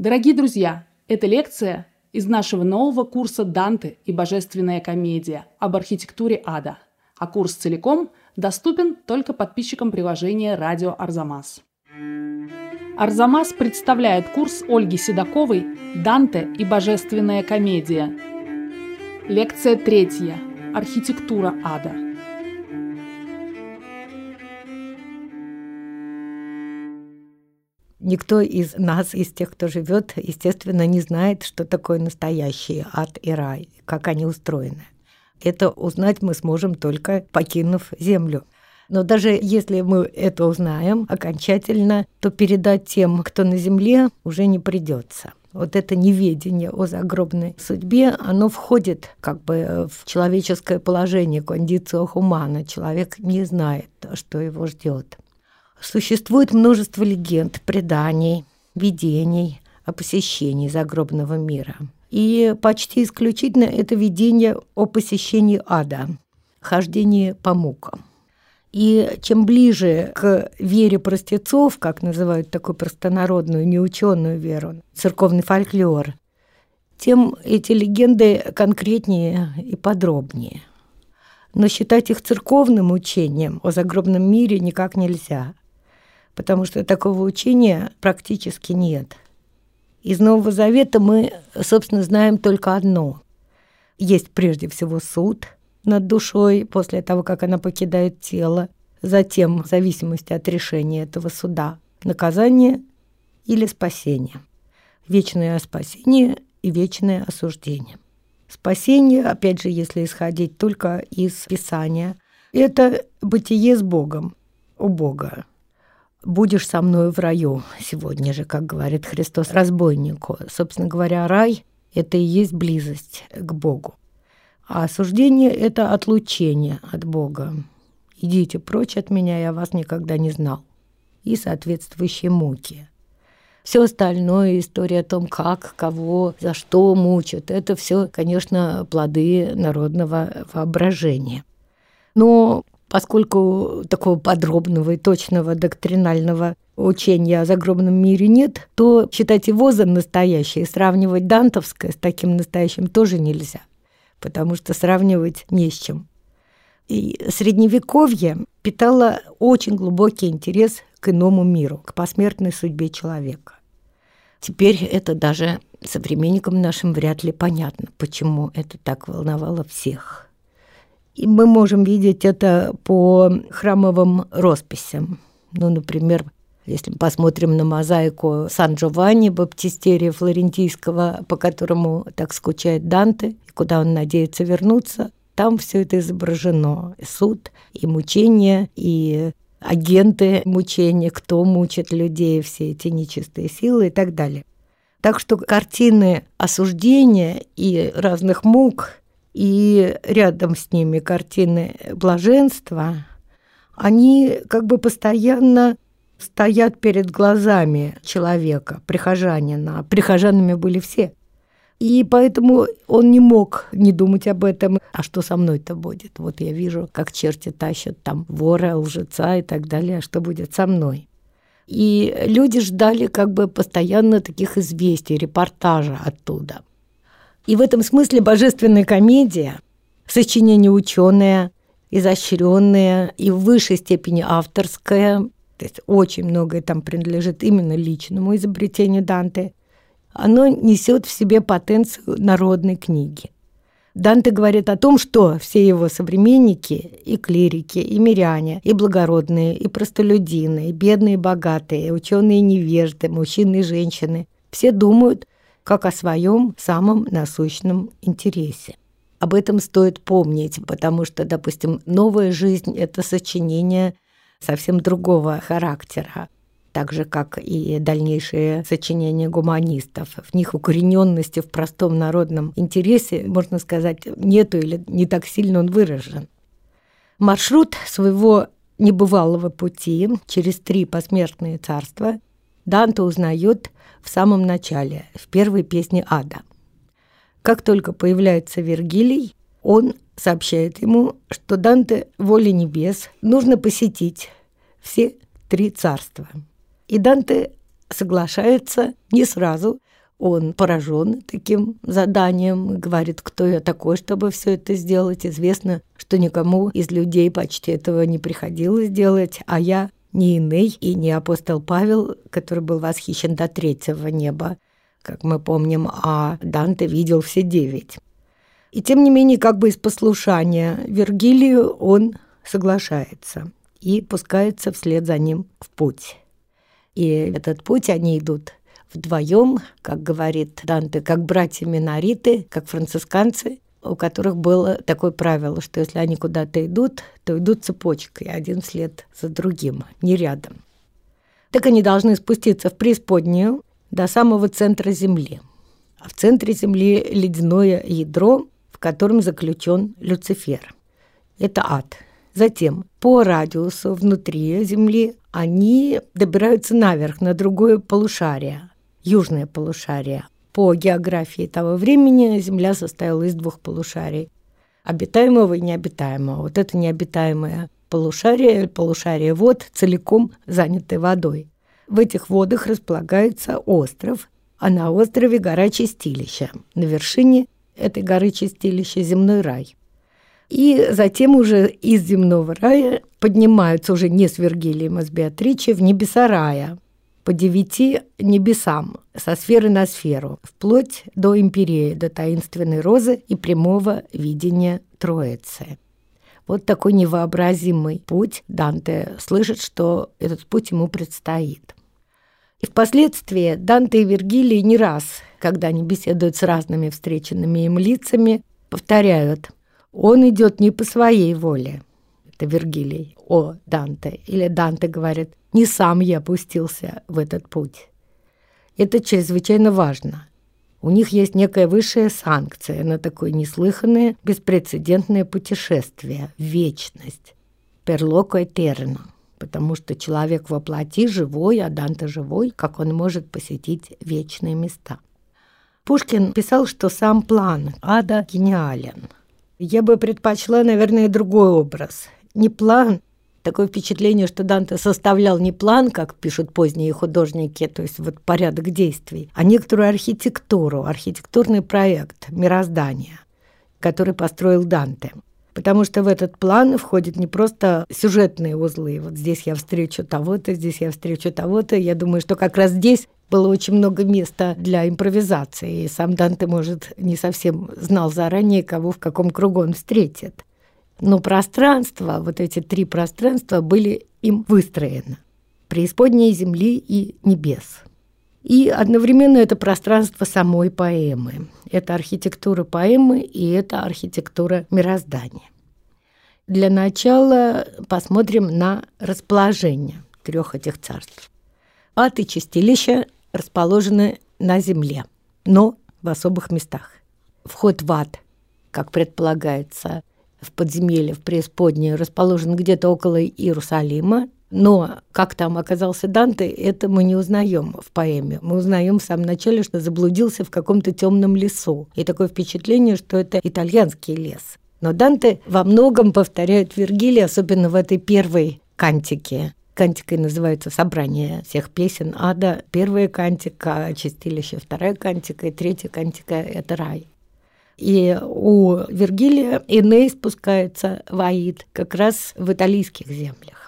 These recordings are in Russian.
Дорогие друзья, это лекция из нашего нового курса «Данте и божественная комедия» об архитектуре ада. А курс целиком доступен только подписчикам приложения «Радио Арзамас». Арзамас представляет курс Ольги Седоковой «Данте и божественная комедия». Лекция 3. Архитектура ада. Никто из нас, из тех, кто живет, естественно, не знает, что такое настоящий ад и рай, как они устроены. Это узнать мы сможем, только покинув Землю. Но даже если мы это узнаем окончательно, то передать тем, кто на Земле, уже не придется. Вот это неведение о загробной судьбе, оно входит как бы в человеческое положение, кондицио хумана. Человек не знает, что его ждет. Существует множество легенд, преданий, видений о посещении загробного мира. И почти исключительно это видение о посещении ада, хождении по мукам. И чем ближе к вере простецов, как называют такую простонародную, неученую веру, церковный фольклор, тем эти легенды конкретнее и подробнее. Но считать их церковным учением о загробном мире никак нельзя, потому что такого учения практически нет. Из Нового Завета мы, собственно, знаем только одно. Есть прежде всего суд над душой после того, как она покидает тело, затем, в зависимости от решения этого суда, наказание или спасение. Вечное спасение и вечное осуждение. Спасение, опять же, если исходить только из Писания, это бытие с Богом, у Бога. «Будешь со мною в раю» сегодня же, как говорит Христос разбойнику. Собственно говоря, рай – это и есть близость к Богу. А осуждение – это отлучение от Бога. «Идите прочь от меня, я вас никогда не знал». И соответствующие муки. Все остальное, история о том, как, кого, за что мучат, это все, конечно, плоды народного воображения. Но поскольку такого подробного и точного доктринального учения о загробном мире нет, то считать его за настоящее и сравнивать дантовское с таким настоящим тоже нельзя, потому что сравнивать не с чем. И Средневековье питало очень глубокий интерес к иному миру, к посмертной судьбе человека. Теперь это даже современникам нашим вряд ли понятно, почему это так волновало всех. И мы можем видеть это по храмовым росписям. Ну, например, если мы посмотрим на мозаику Сан-Джованни Баптистерия Флорентийского, по которому так скучает Данте, и куда он надеется вернуться, там все это изображено. И суд, и мучения, и агенты мучения, кто мучит людей, все эти нечистые силы и так далее. Так что картины осуждения и разных мук, и рядом с ними картины блаженства, они как бы постоянно стоят перед глазами человека, прихожанина. А прихожанами были все. И поэтому он не мог не думать об этом. А что со мной-то будет? Вот я вижу, как черти тащат там вора, лжеца и так далее. А что будет со мной? И люди ждали как бы постоянно таких известий, репортажа оттуда. И в этом смысле божественная комедия, сочинение ученое, изощренное и в высшей степени авторское, то есть очень многое там принадлежит именно личному изобретению Данте, оно несет в себе потенцию народной книги. Данте говорит о том, что все его современники, и клирики, и миряне, и благородные, и простолюдины, и бедные, и богатые, и ученые, и невежды, мужчины и женщины, все думают как о своем самом насущном интересе. Об этом стоит помнить, потому что, допустим, «Новая жизнь» — это сочинение совсем другого характера, так же, как и дальнейшие сочинения гуманистов. В них укорененности в простом народном интересе, можно сказать, нету или не так сильно он выражен. Маршрут своего небывалого пути через 3 посмертные царства Данте узнает в самом начале, в первой песне ада. Как только появляется Вергилий, он сообщает ему, что Данте воле небес нужно посетить все 3 царства. И Данте соглашается не сразу. Он поражен таким заданием, говорит, кто я такой, чтобы все это сделать. Известно, что никому из людей почти этого не приходилось делать, а я не Эней и не апостол Павел, который был восхищен до 3-го неба, как мы помним, а Данте видел все 9. И тем не менее, как бы из послушания Вергилию он соглашается и пускается вслед за ним в путь. И этот путь они идут вдвоем, как говорит Данте, как братья-минориты, как францисканцы, у которых было такое правило, что если они куда-то идут, то идут цепочкой, один вслед за другим, не рядом. Так они должны спуститься в преисподнюю до самого центра Земли. А в центре Земли ледяное ядро, в котором заключен Люцифер. Это ад. Затем по радиусу внутри Земли они добираются наверх, на другое полушарие, южное полушарие. По географии того времени Земля состояла из 2 полушарий, обитаемого и необитаемого. Вот это необитаемое полушарие вод, целиком занятое водой. В этих водах располагается остров, а на острове гора Чистилища. На вершине этой горы Чистилища земной рай. И затем уже из земного рая поднимаются уже не с Вергилием, а с Беатриче в небеса рая, по 9 небесам, со сферы на сферу, вплоть до империи, до таинственной розы и прямого видения Троицы. Вот такой невообразимый путь. Данте слышит, что этот путь ему предстоит. И впоследствии Данте и Вергилий не раз, когда они беседуют с разными встреченными им лицами, повторяют: «Он идет не по своей воле». Это Вергилий о Данте. Или Данте говорит: «Не сам я пустился в этот путь». Это чрезвычайно важно. У них есть некая высшая санкция на такое неслыханное, беспрецедентное путешествие в вечность. «Per loco eterno», потому что человек во плоти живой, а Данте живой, как он может посетить вечные места. Пушкин писал, что сам план ада гениален. Я бы предпочла, наверное, другой образ. Не план, такое впечатление, что Данте составлял не план, как пишут поздние художники, то есть вот порядок действий, а некоторую архитектуру, архитектурный проект мироздания, который построил Данте. Потому что в этот план входят не просто сюжетные узлы. Вот здесь я встречу того-то, здесь я встречу того-то. Я думаю, что как раз здесь было очень много места для импровизации. И сам Данте, может, не совсем знал заранее, кого в каком кругу он встретит. Но пространства, вот эти 3 пространства были им выстроены. Преисподней земли и небес. И одновременно это пространство самой поэмы. Это архитектура поэмы и это архитектура мироздания. Для начала посмотрим на расположение 3 этих царств. Ад и Чистилище расположены на земле, но в особых местах. Вход в ад, как предполагается, в подземелье, в преисподнюю, расположен где-то около Иерусалима, но как там оказался Данте, это мы не узнаем в поэме. Мы узнаем в самом начале, что заблудился в каком-то темном лесу. И такое впечатление, что это итальянский лес. Но Данте во многом повторяет Вергилия, особенно в этой первой кантике. Кантикой называется «Собрание всех песен ада». Первая кантика — Чистилище, 2 кантика, и 3 кантика — это рай. И у Вергилия Эней спускается в Аид как раз в италийских землях.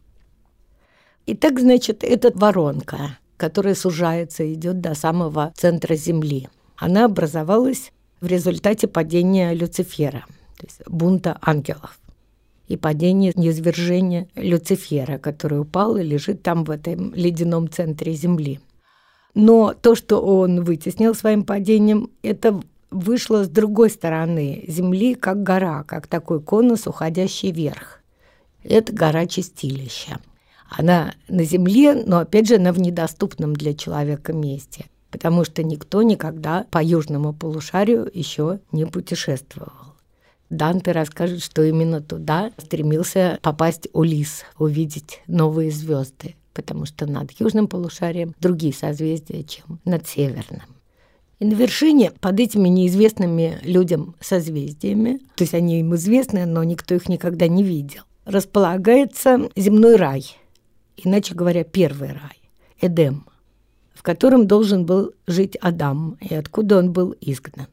Итак, значит, это воронка, которая сужается и идет до самого центра Земли. Она образовалась в результате падения Люцифера, то есть бунта ангелов, и падения, низвержения Люцифера, который упал и лежит там в этом ледяном центре Земли. Но то, что он вытеснил своим падением, это вышло с другой стороны Земли, как гора, как такой конус, уходящий вверх. Это гора Чистилища. Она на земле, но, опять же, она в недоступном для человека месте, потому что никто никогда по южному полушарию еще не путешествовал. Данте расскажет, что именно туда стремился попасть Улисс, увидеть новые звезды, потому что над южным полушарием другие созвездия, чем над северным. И на вершине, под этими неизвестными людям созвездиями, то есть они им известны, но никто их никогда не видел, располагается земной рай. Иначе говоря, первый рай, Эдем. котором должен был жить Адам и откуда он был изгнан.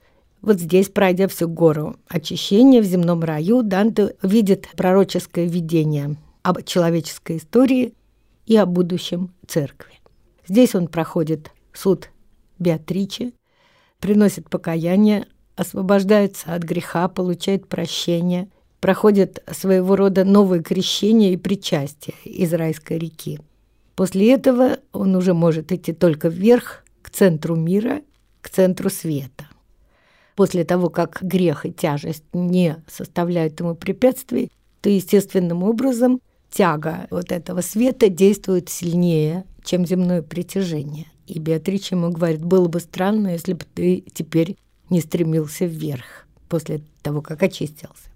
Вот здесь, пройдя всю гору очищения в земном раю, Данте видит пророческое видение об человеческой истории и о будущем церкви. Здесь он проходит суд Беатриче, приносит покаяние, освобождается от греха, получает прощение, проходит своего рода новое крещение и причастие из райской реки. После этого он уже может идти только вверх, к центру мира, к центру света. После того, как грех и тяжесть не составляют ему препятствий, то естественным образом тяга вот этого света действует сильнее, чем земное притяжение. И Беатриче ему говорит: было бы странно, если бы ты теперь не стремился вверх после того, как очистился.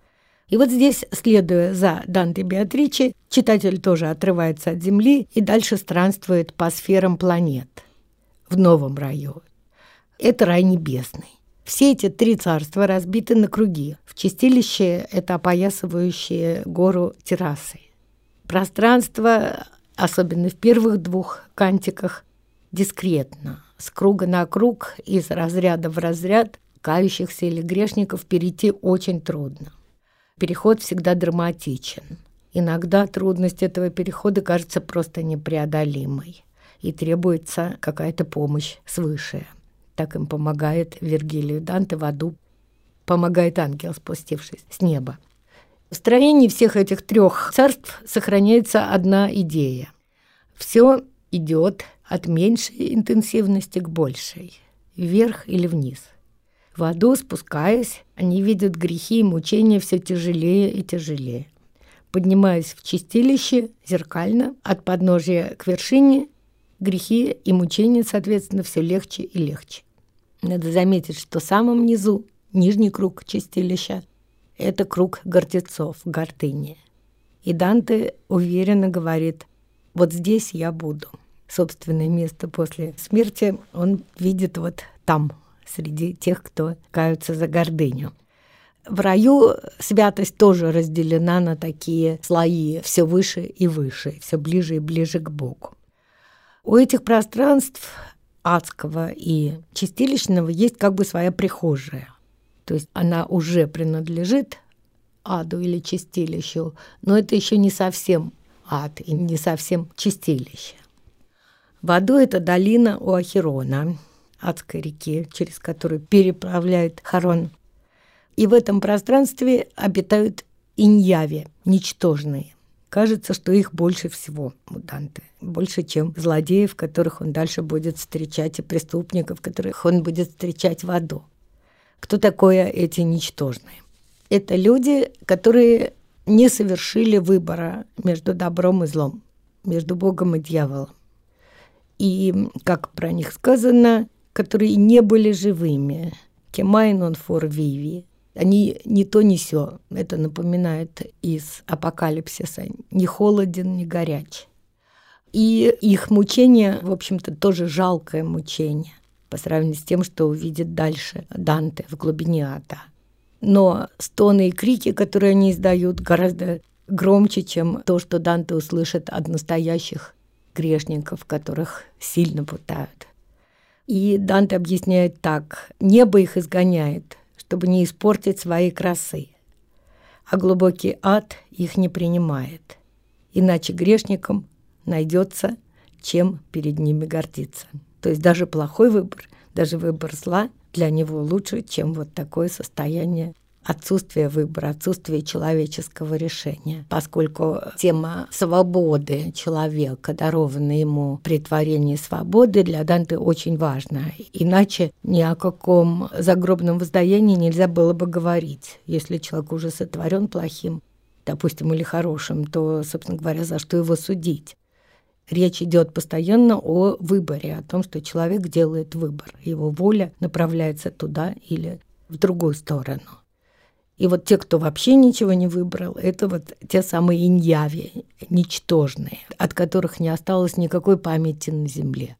И вот здесь, следуя за Данте и Беатриче, читатель тоже отрывается от Земли и дальше странствует по сферам планет в новом раю. Это рай небесный. Все эти 3 царства разбиты на круги. В чистилище это опоясывающие гору террасы. Пространство, особенно в первых 2 кантиках, дискретно. С круга на круг, из разряда в разряд кающихся или грешников перейти очень трудно. Переход всегда драматичен. Иногда трудность этого перехода кажется просто непреодолимой, и требуется какая-то помощь свыше. Так им помогает Вергилию Данте в аду, помогает ангел, спустившись с неба. В строении всех этих 3 царств сохраняется одна идея. Все идет от меньшей интенсивности к большей, вверх или вниз. В аду, спускаясь, они видят грехи и мучения все тяжелее и тяжелее. Поднимаясь в чистилище, зеркально, от подножия к вершине, грехи и мучения, соответственно, все легче и легче. Надо заметить, что в самом низу, нижний круг чистилища, это круг гордецов, гордыни. И Данте уверенно говорит: вот здесь я буду. Собственное место после смерти он видит вот там, среди тех, кто каются за гордыню. В раю святость тоже разделена на такие слои, все выше и выше, все ближе и ближе к Богу. У этих пространств адского и чистилищного есть как бы своя прихожая. То есть она уже принадлежит аду или чистилищу, но это еще не совсем ад и не совсем чистилище. В аду это долина у Ахирона, адской реки, через которую переправляет Харон. И в этом пространстве обитают иньяви, ничтожные. Кажется, что их больше всего у Данте. Больше, чем злодеев, которых он дальше будет встречать, и преступников, которых он будет встречать в аду. Кто такое эти ничтожные? Это люди, которые не совершили выбора между добром и злом, между Богом и дьяволом. И, как про них сказано, которые не были живыми. «Кемайнон фор виви». Они ни то, ни сё. Это напоминает из Апокалипсиса. Ни холоден, ни горяч. И их мучение, в общем-то, тоже жалкое мучение по сравнению с тем, что увидит дальше Данте в глубине ада. Но стоны и крики, которые они издают, гораздо громче, чем то, что Данте услышит от настоящих грешников, которых сильно пытают. И Данте объясняет так: небо их изгоняет, чтобы не испортить своей красы, а глубокий ад их не принимает, иначе грешникам найдется, чем перед ними гордиться. То есть даже плохой выбор, даже выбор зла для него лучше, чем вот такое состояние отсутствия выбора, отсутствия человеческого решения, поскольку тема свободы человека, дарованная ему при творении свободы, для Данте очень важна. Иначе ни о каком загробном воздаянии нельзя было бы говорить. Если человек уже сотворен плохим, допустим, или хорошим, то, собственно говоря, за что его судить? Речь идет постоянно о выборе, о том, что человек делает выбор. Его воля направляется туда или в другую сторону. И вот те, кто вообще ничего не выбрал, это вот те самые иньяви, ничтожные, от которых не осталось никакой памяти на земле.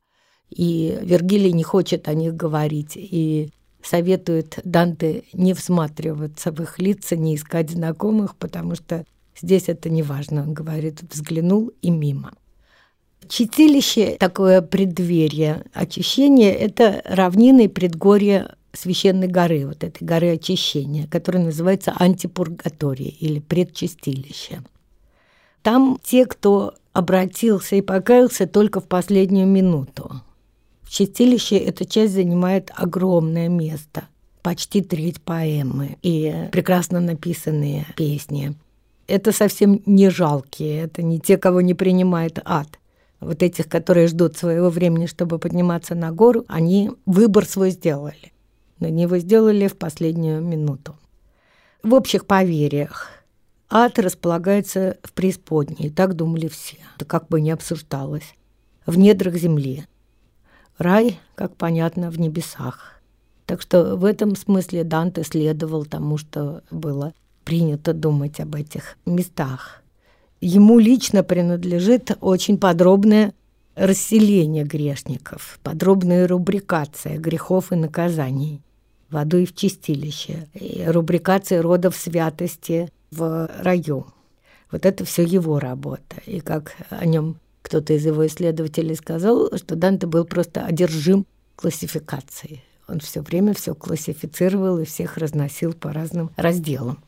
И Вергилий не хочет о них говорить, и советует Данте не всматриваться в их лица, не искать знакомых, потому что здесь это не важно. Он говорит: взглянул и мимо. Чистилище, такое преддверие очищения, это равнины и предгорья священной горы, вот этой горы очищения, которая называется антипургатория или предчистилище. Там те, кто обратился и покаялся только в последнюю минуту. В чистилище эта часть занимает огромное место, почти треть поэмы и прекрасно написанные песни. Это совсем не жалкие, это не те, кого не принимает ад. Вот этих, которые ждут своего времени, чтобы подниматься на гору, они выбор свой сделали. Но они его сделали в последнюю минуту. В общих поверьях ад располагается в преисподней, так думали все. Это как бы не обсуждалось. В недрах земли. Рай, как понятно, в небесах. Так что в этом смысле Данте следовал тому, что было принято думать об этих местах. Ему лично принадлежит очень подробное расселение грешников, подробная рубрикация грехов и наказаний в аду и в чистилище, и рубрикация родов святости в раю. Вот это все его работа. И как о нем кто-то из его исследователей сказал, что Данте был просто одержим классификацией. Он все время все классифицировал и всех разносил по разным разделам.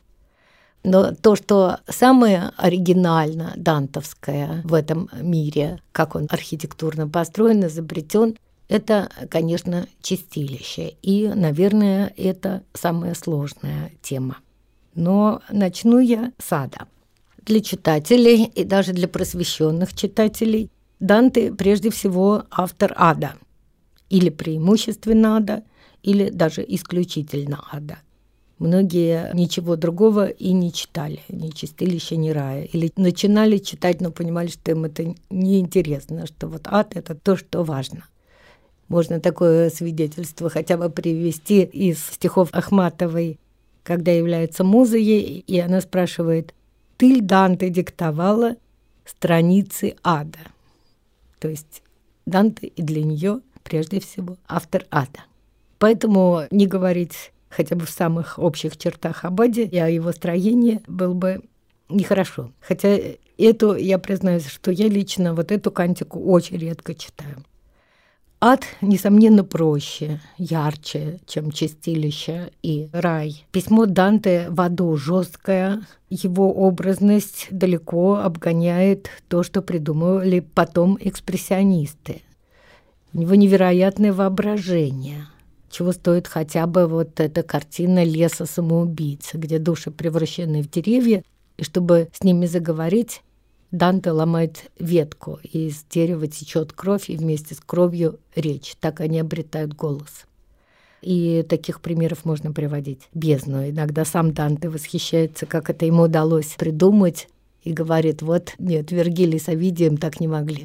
Но то, что самое оригинально дантовское в этом мире, как он архитектурно построен, изобретен, это, конечно, чистилище. И, наверное, это самая сложная тема. Но начну я с ада. Для читателей и даже для просвещенных читателей Данте прежде всего автор ада. Или преимущественно ада, или даже исключительно ада. Многие ничего другого и не читали, ни чистилища, ни рая. Или начинали читать, но понимали, что им это неинтересно, что вот ад – это то, что важно. Можно такое свидетельство хотя бы привести из стихов Ахматовой, когда является музой, и она спрашивает: «Ты, Данте, диктовала страницы ада?» То есть Данте и для нее прежде всего автор ада. Поэтому не говорить хотя бы в самых общих чертах об аде и о его строении было бы нехорошо. Хотя эту, я признаюсь, что я лично вот эту кантику очень редко читаю. Ад, несомненно, проще, ярче, чем чистилище и рай. Письмо Данте в аду жесткое, его образность далеко обгоняет то, что придумывали потом экспрессионисты. У него невероятное воображение, чего стоит хотя бы вот эта картина «Леса самоубийцы», где души превращены в деревья, и чтобы с ними заговорить, Данте ломает ветку, и из дерева течет кровь, и вместе с кровью речь. Так они обретают голос. И таких примеров можно приводить бездну. Иногда сам Данте восхищается, как это ему удалось придумать, и говорит: вот, нет, Вергилий с Овидием так не могли.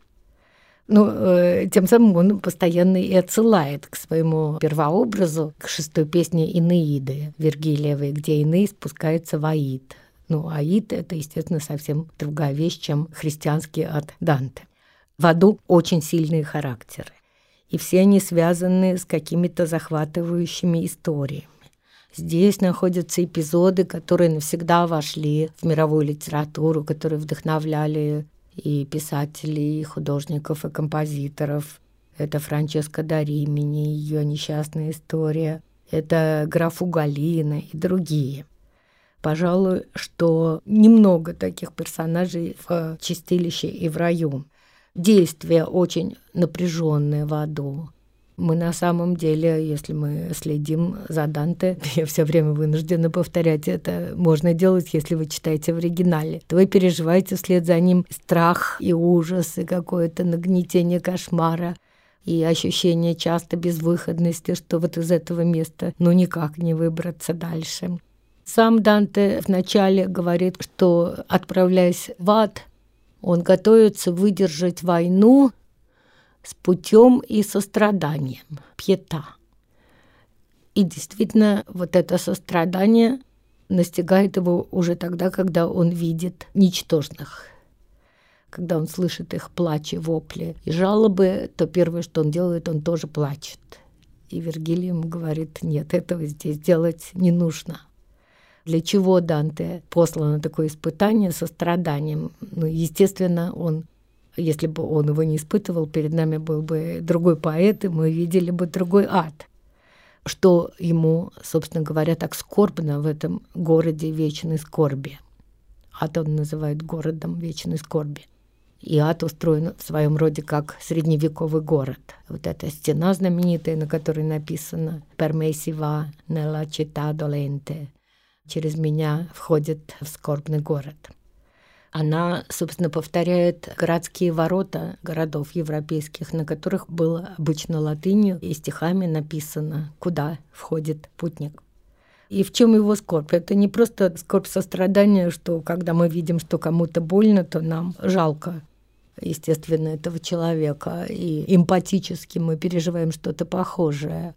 Тем самым он постоянно и отсылает к своему первообразу, к 6-й песне Энеиды Вергилиевой, где Эней спускается в Аид. Аид — это, естественно, совсем другая вещь, чем христианский ад Данте. В аду очень сильные характеры, и все они связаны с какими-то захватывающими историями. Здесь находятся эпизоды, которые навсегда вошли в мировую литературу, которые вдохновляли и писателей, и художников, и композиторов. Это Франческа да Римини, ее несчастная история, это граф Уголина и другие. Пожалуй, что немного таких персонажей в чистилище и в раю. Действие очень напряженное в аду. Мы на самом деле, если мы следим за Данте, я все время вынуждена повторять, это можно делать, если вы читаете в оригинале, то вы переживаете вслед за ним страх и ужас, и какое-то нагнетение кошмара, и ощущение часто безвыходности, что вот из этого места никак не выбраться дальше. Сам Данте вначале говорит, что, отправляясь в ад, он готовится выдержать войну с путем и состраданием, пьета. И действительно, вот это сострадание настигает его уже тогда, когда он видит ничтожных. Когда он слышит их плач и вопли и жалобы, то первое, что он делает, он тоже плачет. И Вергилий ему говорит: нет, этого здесь делать не нужно. Для чего Данте послано такое испытание состраданием? Естественно, он Если бы он его не испытывал, перед нами был бы другой поэт, и мы видели бы другой ад. Что ему, собственно говоря, так скорбно в этом городе вечной скорби. Ад он называет городом вечной скорби. И ад устроен в своем роде как средневековый город. Вот эта стена знаменитая, на которой написано «Per me si va nella città dolente». «Через меня входит в скорбный город». Она, собственно, повторяет городские ворота городов европейских, на которых было обычно латынью и стихами написано, куда входит путник. И в чем его скорбь? Это не просто скорбь сострадания, что когда мы видим, что кому-то больно, то нам жалко, естественно, этого человека, и эмпатически мы переживаем что-то похожее.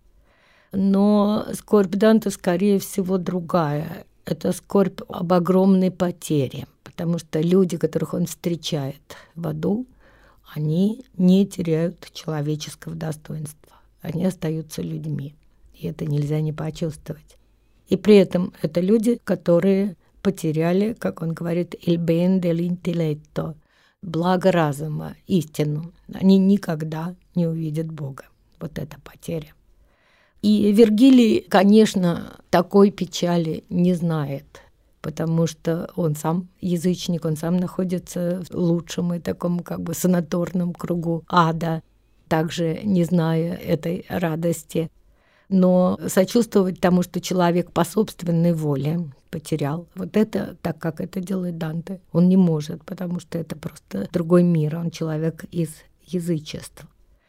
Но скорбь Данте, скорее всего, другая. Это скорбь об огромной потере, потому что люди, которых он встречает в аду, они не теряют человеческого достоинства. Они остаются людьми, и это нельзя не почувствовать. И при этом это люди, которые потеряли, как он говорит, «il ben dell'intelletto», благо разума, истину. Они никогда не увидят Бога. Вот эта потеря. И Вергилий, конечно, такой печали не знает, потому что он сам язычник, он сам находится в лучшем и таком как бы санаторном кругу ада, также не зная этой радости. Но сочувствовать тому, что человек по собственной воле потерял, вот это, так как это делает Данте, он не может, потому что это просто другой мир, он человек из язычества.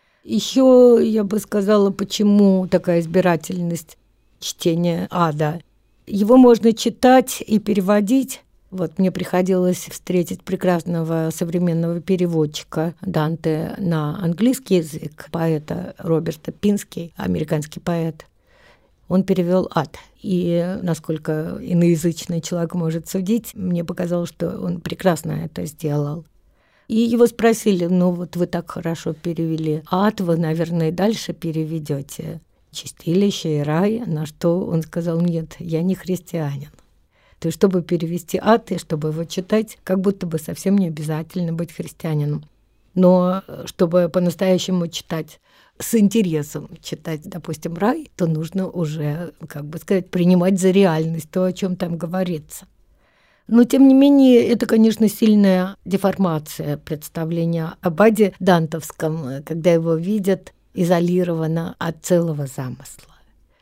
Еще я бы сказала, почему такая избирательность чтения ада. Его можно читать и переводить. Вот мне приходилось встретить прекрасного современного переводчика Данте на английский язык, поэта Роберта Пински, американский поэт. Он перевел ад. И, насколько иноязычный человек может судить, мне показалось, что он прекрасно это сделал. И его спросили, ну вот вы так хорошо перевели ад, вы, наверное, и дальше переведете чистилище и рай, на что он сказал, нет, я не христианин. То есть, чтобы перевести ад и чтобы его читать, как будто бы совсем не обязательно быть христианином. Но чтобы по-настоящему читать с интересом, читать, допустим, рай, то нужно уже, как бы сказать, принимать за реальность то, о чем там говорится. Но, тем не менее, это, конечно, сильная деформация представления об аде дантовском, когда его видят изолированно от целого замысла.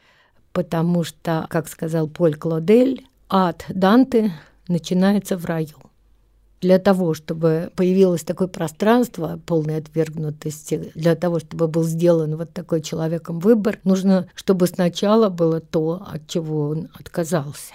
Потому что, как сказал Поль Клодель, ад Данте начинается в раю. Для того, чтобы появилось такое пространство полной отвергнутости, для того, чтобы был сделан вот такой человеком выбор, нужно, чтобы сначала было то, от чего он отказался.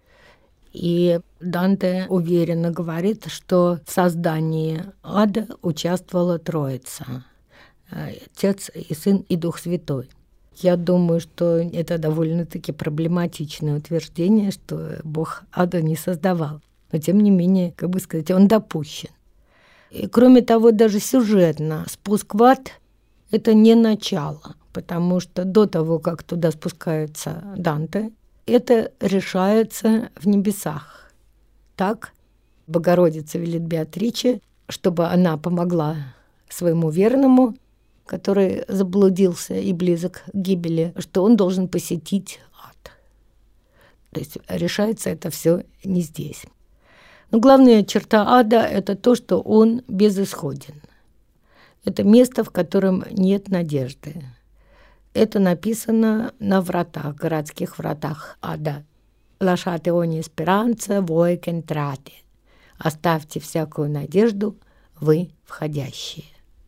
И Данте уверенно говорит, что в создании ада участвовала Троица – Отец и Сын и Дух Святой. Я думаю, что это довольно-таки проблематичное утверждение, что Бог ада не создавал. Но, тем не менее, как бы сказать, он допущен. И, кроме того, даже сюжетно спуск в ад – это не начало, потому что до того, как туда спускается Данте, это решается в небесах. Так Богородица велит Беатриче, чтобы она помогла своему верному, который заблудился и близок к гибели, что он должен посетить ад. То есть решается это все не здесь. Но главная черта ада – это то, что он безысходен. Это место, в котором нет надежды. Это написано на вратах, городских вратах ада. «Lasciate ogni speranza voi che entrate». «Оставьте всякую надежду, вы входящие».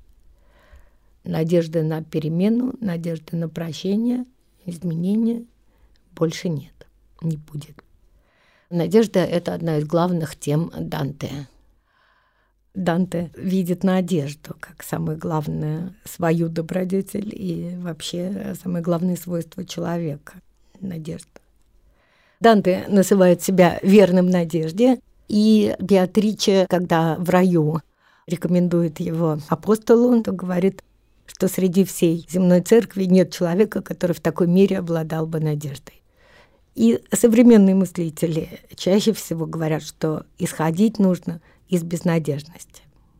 Надежды на перемену, надежды на прощение, изменения больше нет, не будет. Надежда – это одна из главных тем Данте. Данте видит надежду как самое главное свою добродетель и вообще самое главное свойство человека – надежда. Данте называет себя верным надежде, и Беатриче, когда в раю рекомендует его апостолу, то говорит, что среди всей земной церкви нет человека, который в такой мере обладал бы надеждой. И современные мыслители чаще всего говорят, что исходить нужно из безнадежности,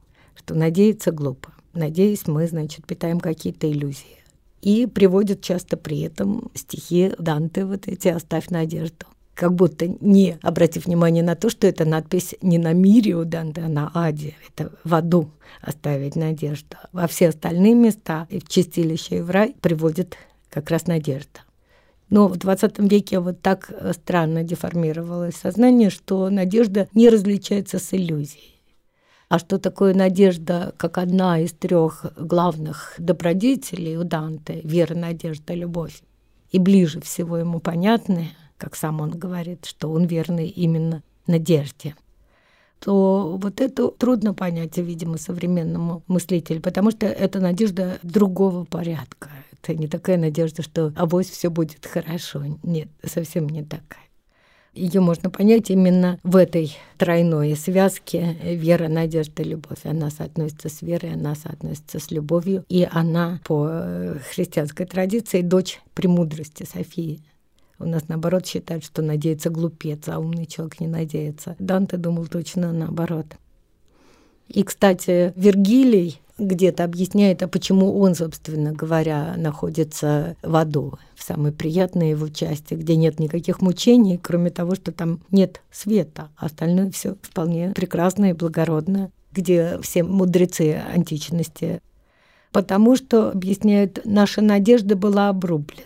что надеяться глупо. Надеясь, мы, значит, питаем какие-то иллюзии. И приводят часто при этом стихи Данте вот эти «Оставь надежду». Как будто не обратив внимание на то, что эта надпись не на мире у Данте, а на аде. Это в аду оставить надежду. Во все остальные места, и в чистилище, и в рай, приводит как раз надежда. Но в 20 веке вот так странно деформировалось сознание, что надежда не различается с иллюзией. А что такое надежда, как одна из 3 главных добродетелей у Данте, вера, надежда, любовь, и ближе всего ему понятная, как сам он говорит, что он верный именно надежде, то вот это трудно понять, видимо, современному мыслителю, потому что это надежда другого порядка. Это не такая надежда, что авось все будет хорошо. Нет, совсем не такая. Ее можно понять именно в этой тройной связке вера, надежда, любовь. Она соотносится с верой, она соотносится с любовью, и она по христианской традиции дочь премудрости Софии. У нас, наоборот, считают, что надеется глупец, а умный человек не надеется. Данте думал точно наоборот. И, кстати, Вергилий где-то объясняет, а почему он, собственно говоря, находится в аду, в самой приятной его части, где нет никаких мучений, кроме того, что там нет света, а остальное все вполне прекрасно и благородно, где все мудрецы античности. Потому что, объясняют, наша надежда была обрублена.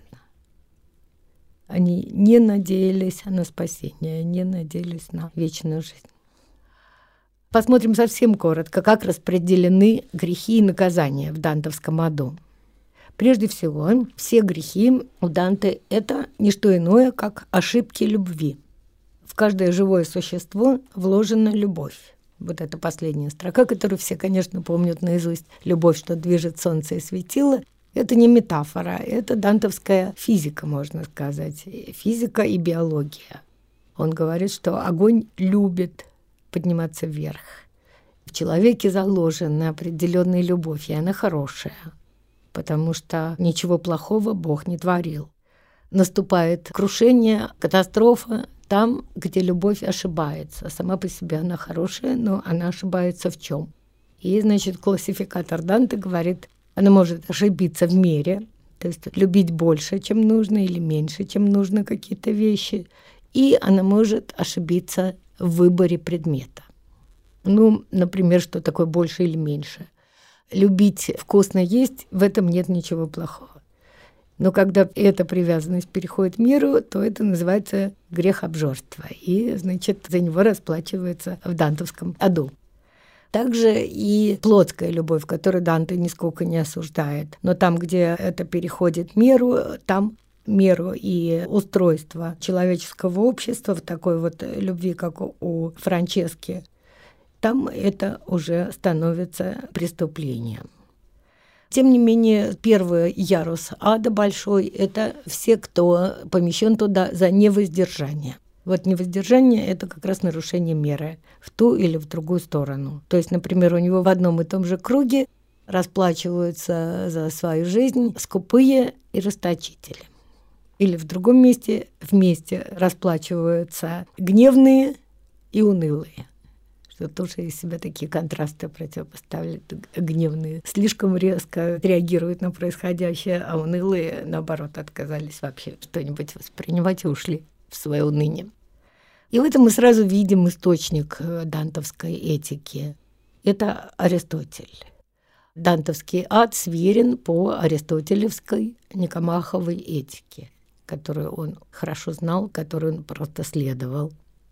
Они не надеялись на спасение, не надеялись на вечную жизнь. Посмотрим совсем коротко, как распределены грехи и наказания в дантовском аду. Прежде всего, все грехи у Данте – это не что иное, как ошибки любви. В каждое живое существо вложена любовь. Вот это последняя строка, которую все, конечно, помнят наизусть. «Любовь, что движет солнце и светило». Это не метафора, это дантовская физика, можно сказать. Физика и биология. Он говорит, что огонь любит подниматься вверх. В человеке заложена определенная любовь, и она хорошая, потому что ничего плохого Бог не творил. Наступает крушение, катастрофа там, где любовь ошибается. Сама по себе она хорошая, но она ошибается в чем? И, значит, классификатор Данте говорит, она может ошибиться в мере, то есть любить больше, чем нужно, или меньше, чем нужно какие-то вещи. И она может ошибиться в выборе предмета. Ну, например, что такое больше или меньше. Любить вкусно есть, в этом нет ничего плохого. Но когда эта привязанность переходит в меру, то это называется грех обжорства. И, значит, за него расплачивается в дантовском аду. Также и плотская любовь, которую Данте нисколько не осуждает. Но там, где это переходит меру, там меру и устройство человеческого общества в такой вот любви, как у Франчески, там это уже становится преступлением. Тем не менее, первый ярус ада большой – это все, кто помещен туда за невоздержание. Вот невоздержание – это как раз нарушение меры в ту или в другую сторону. То есть, например, у него в одном и том же круге расплачиваются за свою жизнь скупые и расточители. Или в другом месте вместе расплачиваются гневные и унылые. Что тоже из себя такие контрасты противопоставляют. Гневные слишком резко реагируют на происходящее, а унылые, наоборот, отказались вообще что-нибудь воспринимать и ушли в свое уныние. И в этом мы сразу видим источник дантовской этики. Это Аристотель. Дантовский ад сверен по аристотелевской Никомаховой этике, которую он хорошо знал, которую он просто следовал.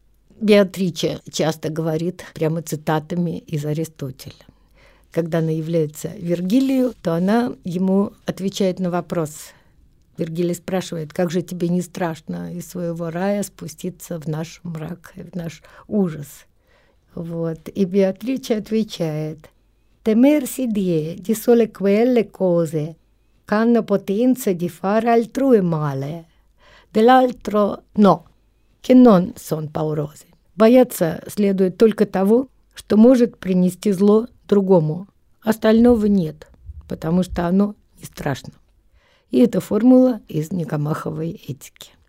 Беатриче часто говорит прямо цитатами из Аристотеля. Когда она является Вергилию, то она ему отвечает на вопрос. Вергилий спрашивает, как же тебе не страшно из своего рая спуститься в наш мрак, в наш ужас? Вот. И Беатриче отвечает, «Temersi di sole quelle cose che hanno potenza di fare altrui male, dell'altro no, che non son paurose». Бояться следует только того, что может принести зло другому. Остального нет, потому что оно не страшно. И это формула из Никомаховой этики.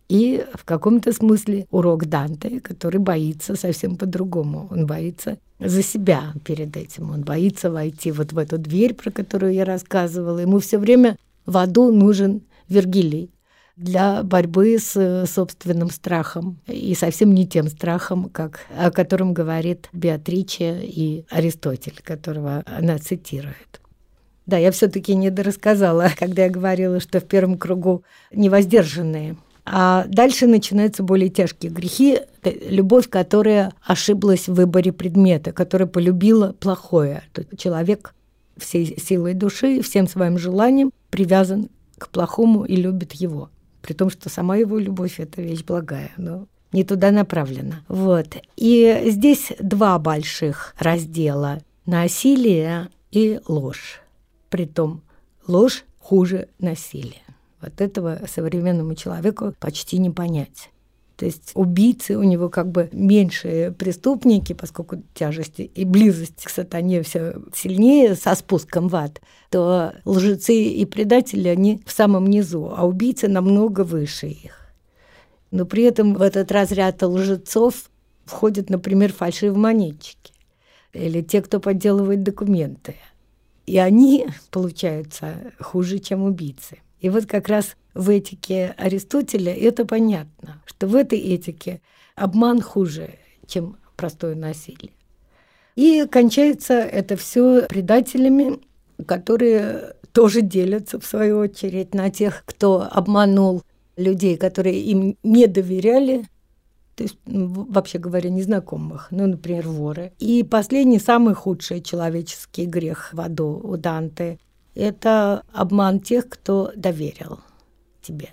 И в каком-то смысле урок Данте, который боится совсем по-другому. Он боится за себя перед этим. Он боится войти вот в эту дверь, про которую я рассказывала. Ему все время в аду нужен Вергилий для борьбы с собственным страхом. И совсем не тем страхом, о котором говорит Беатриче и Аристотель, которого она цитирует. Да, я все-таки недорассказала, когда я говорила, что в первом кругу невоздержанные. А дальше начинаются более тяжкие грехи. Любовь, которая ошиблась в выборе предмета, которая полюбила плохое. То есть человек всей силой души, всем своим желанием привязан к плохому и любит его. При том, что сама его любовь – это вещь благая, но не туда направлена. Вот. И здесь два больших раздела – насилие и ложь. Притом ложь хуже насилия. Вот этого современному человеку почти не понять. То есть убийцы у него как бы меньшие преступники, поскольку тяжесть и близость к сатане все сильнее со спуском в ад, то лжецы и предатели, они в самом низу, а убийцы намного выше их. Но при этом в этот разряд лжецов входят, например, фальшивомонетчики или те, кто подделывает документы. И они, получаются, хуже, чем убийцы. И вот как раз в этике Аристотеля это понятно, что в этой этике обман хуже, чем простое насилие. И кончается это все предателями, которые тоже делятся, в свою очередь, на тех, кто обманул людей, которые им не доверяли, то есть, вообще говоря, незнакомых, например, воры. И последний, самый худший человеческий грех в аду у Данте – это обман тех, кто доверил тебе.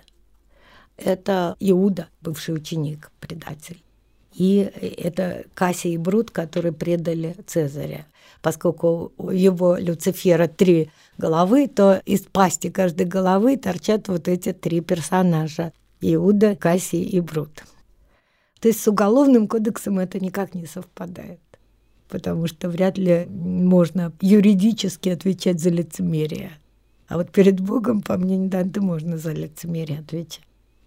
Это Иуда, бывший ученик, предатель. И это Кассий и Брут, которые предали Цезаря. Поскольку у его Люцифера 3 головы, то из пасти каждой головы торчат вот эти 3 персонажа – Иуда, Кассий и Брут. То есть с уголовным кодексом это никак не совпадает, потому что вряд ли можно юридически отвечать за лицемерие. А вот перед Богом, по мнению Данте, можно за лицемерие отвечать.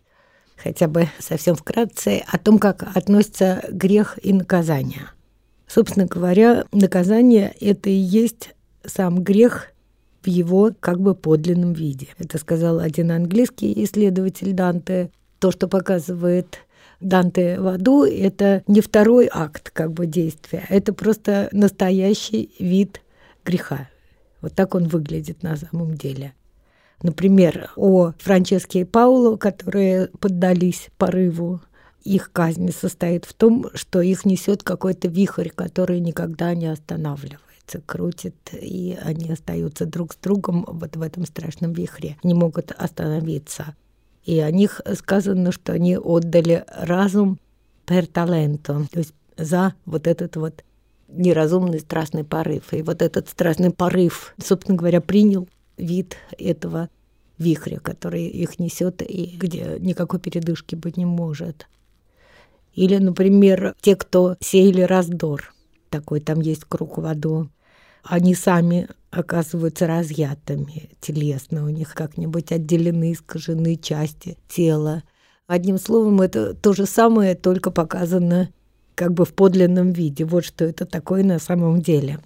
Хотя бы совсем вкратце о том, как относятся грех и наказание. Собственно говоря, наказание – это и есть сам грех в его как бы подлинном виде. Это сказал один английский исследователь Данте. То, что показывает Данте в аду, это не второй акт как бы действия, это просто настоящий вид греха. Вот так он выглядит на самом деле. Например, о Франческе и Пауло, которые поддались порыву, их казнь состоит в том, что их несет какой-то вихрь, который никогда не останавливается, крутит, и они остаются друг с другом вот в этом страшном вихре, не могут остановиться. И о них сказано, что они отдали разум per talento, то есть за вот этот вот неразумный страстный порыв. И вот этот страстный порыв, собственно говоря, принял вид этого вихря, который их несет и где никакой передышки быть не может. Или, например, те, кто сеяли раздор, такой там есть круг в аду, они сами оказываются разъятыми телесно, у них как-нибудь отделены, искажены части тела. Одним словом, это то же самое, только показано как бы в подлинном виде. Вот что это такое на самом деле.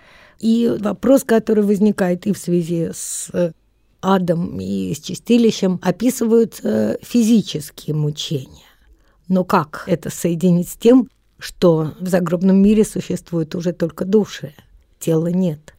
И вопрос, который возникает и в связи с адом, и с чистилищем, описываются физические мучения. Но как это соединить с тем, что в загробном мире существуют уже только души, тела нет?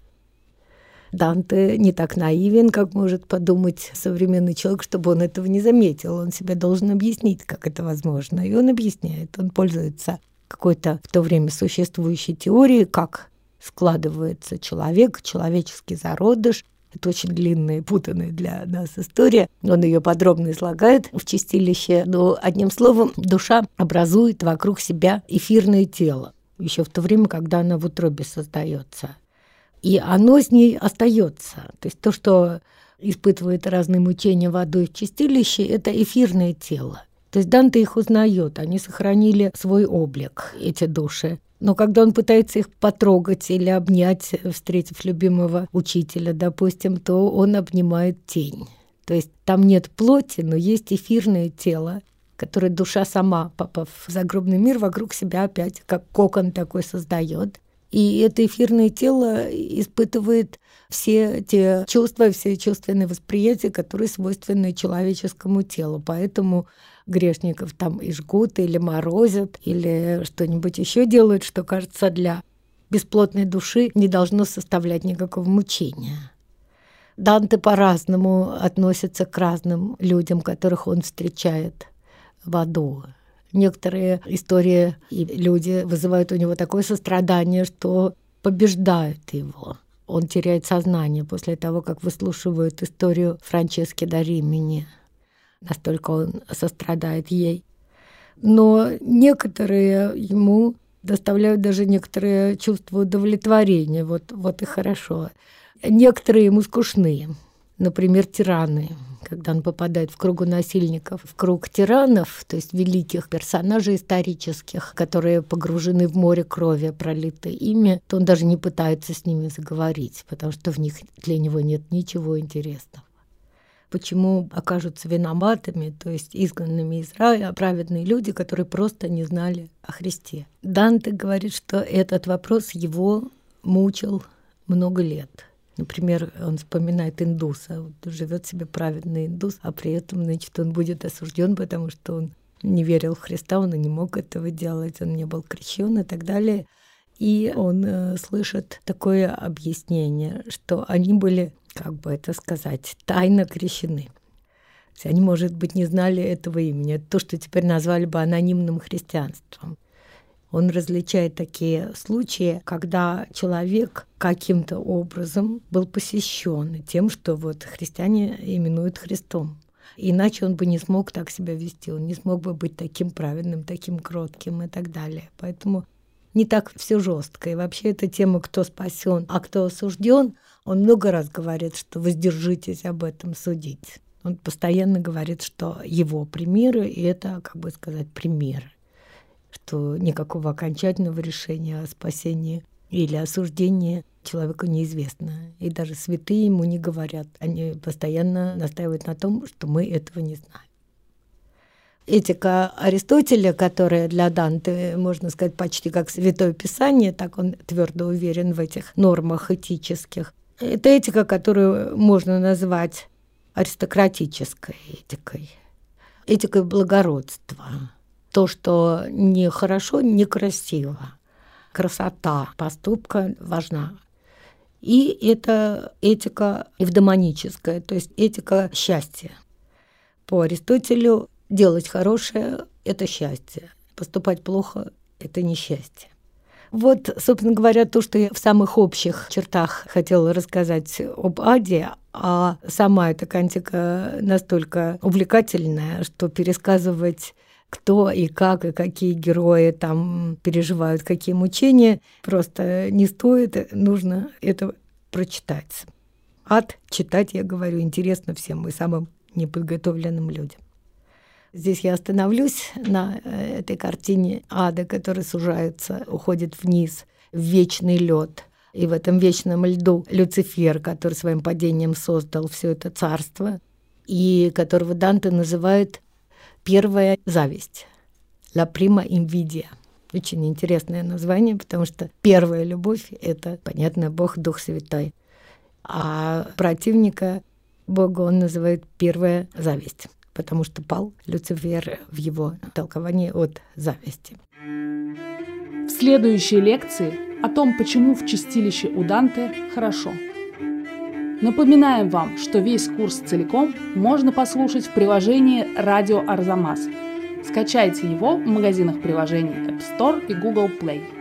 Данте не так наивен, как может подумать современный человек, чтобы он этого не заметил. Он себе должен объяснить, как это возможно. И он объясняет. Он пользуется какой-то в то время существующей теорией, как складывается человек, человеческий зародыш. Это очень длинная и путанная для нас история. Он ее подробно излагает в чистилище. Но, одним словом, душа образует вокруг себя эфирное тело. Еще в то время, когда она в утробе создается. И оно с ней остается. То есть то, что испытывает разные мучения в аду и в чистилище, это эфирное тело. То есть Данте их узнает, они сохранили свой облик, эти души. Но когда он пытается их потрогать или обнять, встретив любимого учителя, допустим, то он обнимает тень. То есть там нет плоти, но есть эфирное тело, который душа сама, попав в загробный мир, вокруг себя опять как кокон такой создает. И это эфирное тело испытывает все те чувства, все чувственные восприятия, которые свойственны человеческому телу. Поэтому грешников там и жгут, или морозят, или что-нибудь еще делают, что, кажется, для бесплотной души не должно составлять никакого мучения. Данте по-разному относится к разным людям, которых он встречает в аду. Некоторые истории и люди вызывают у него такое сострадание, что побеждают его. Он теряет сознание после того, как выслушивает историю Франчески да Римини. Настолько он сострадает ей. Но некоторые ему доставляют даже некоторые чувства удовлетворения. Вот и хорошо. Некоторые ему скучные. Например, тираны. Когда он попадает в круг насильников, в круг тиранов, то есть великих персонажей исторических, которые погружены в море крови, пролитой ими, то он даже не пытается с ними заговорить, потому что в них для него нет ничего интересного. Почему окажутся виноватыми, то есть изгнанными из рая, праведные люди, которые просто не знали о Христе? Данте говорит, что этот вопрос его мучил много лет. Например, он вспоминает индуса. Вот живет себе праведный индус, а при этом, значит, он будет осужден, потому что он не верил в Христа, он и не мог этого делать, он не был крещен и так далее. И он слышит такое объяснение, что они были, как бы это сказать, тайно крещены. То есть они, может быть, не знали этого имени. Это то, что теперь назвали бы анонимным христианством. Он различает такие случаи, когда человек каким-то образом был посещен тем, что вот христиане именуют Христом. Иначе он бы не смог так себя вести, он не смог бы быть таким праведным, таким кротким и так далее. Поэтому не так все жестко. И вообще эта тема, кто спасен, а кто осужден, он много раз говорит, что воздержитесь об этом судить. Он постоянно говорит, что его примеры, и это, как бы сказать, примеры. Что никакого окончательного решения о спасении или осуждении человеку неизвестно. И даже святые ему не говорят. Они постоянно настаивают на том, что мы этого не знаем. Этика Аристотеля, которая для Данте, можно сказать, почти как Святое Писание, так он твердо уверен в этих нормах этических. Это этика, которую можно назвать аристократической этикой, этикой благородства. То, что нехорошо, некрасиво. Красота поступка важна. И это этика евдемоническая, то есть этика счастья. По Аристотелю делать хорошее – это счастье, поступать плохо – это несчастье. Вот, собственно говоря, то, что я в самых общих чертах хотела рассказать об аде, а сама эта кантика настолько увлекательная, что пересказывать, кто и как, и какие герои там переживают, какие мучения, просто не стоит, нужно это прочитать. Ад читать, я говорю, интересно всем и самым неподготовленным людям. Здесь я остановлюсь на этой картине ада, который сужается, уходит вниз, в вечный лед. И в этом вечном льду Люцифер, который своим падением создал все это царство, и которого Данте называет «первая зависть» — «La prima invidia». Очень интересное название, потому что первая любовь — это, понятно, Бог, Дух Святой. А противника Бога он называет «первая зависть», потому что пал Люцифер в его толковании от зависти. В следующей лекции о том, почему в чистилище у Данте хорошо. Напоминаем вам, что весь курс целиком можно послушать в приложении «Радио Арзамас». Скачайте его в магазинах приложений App Store и Google Play.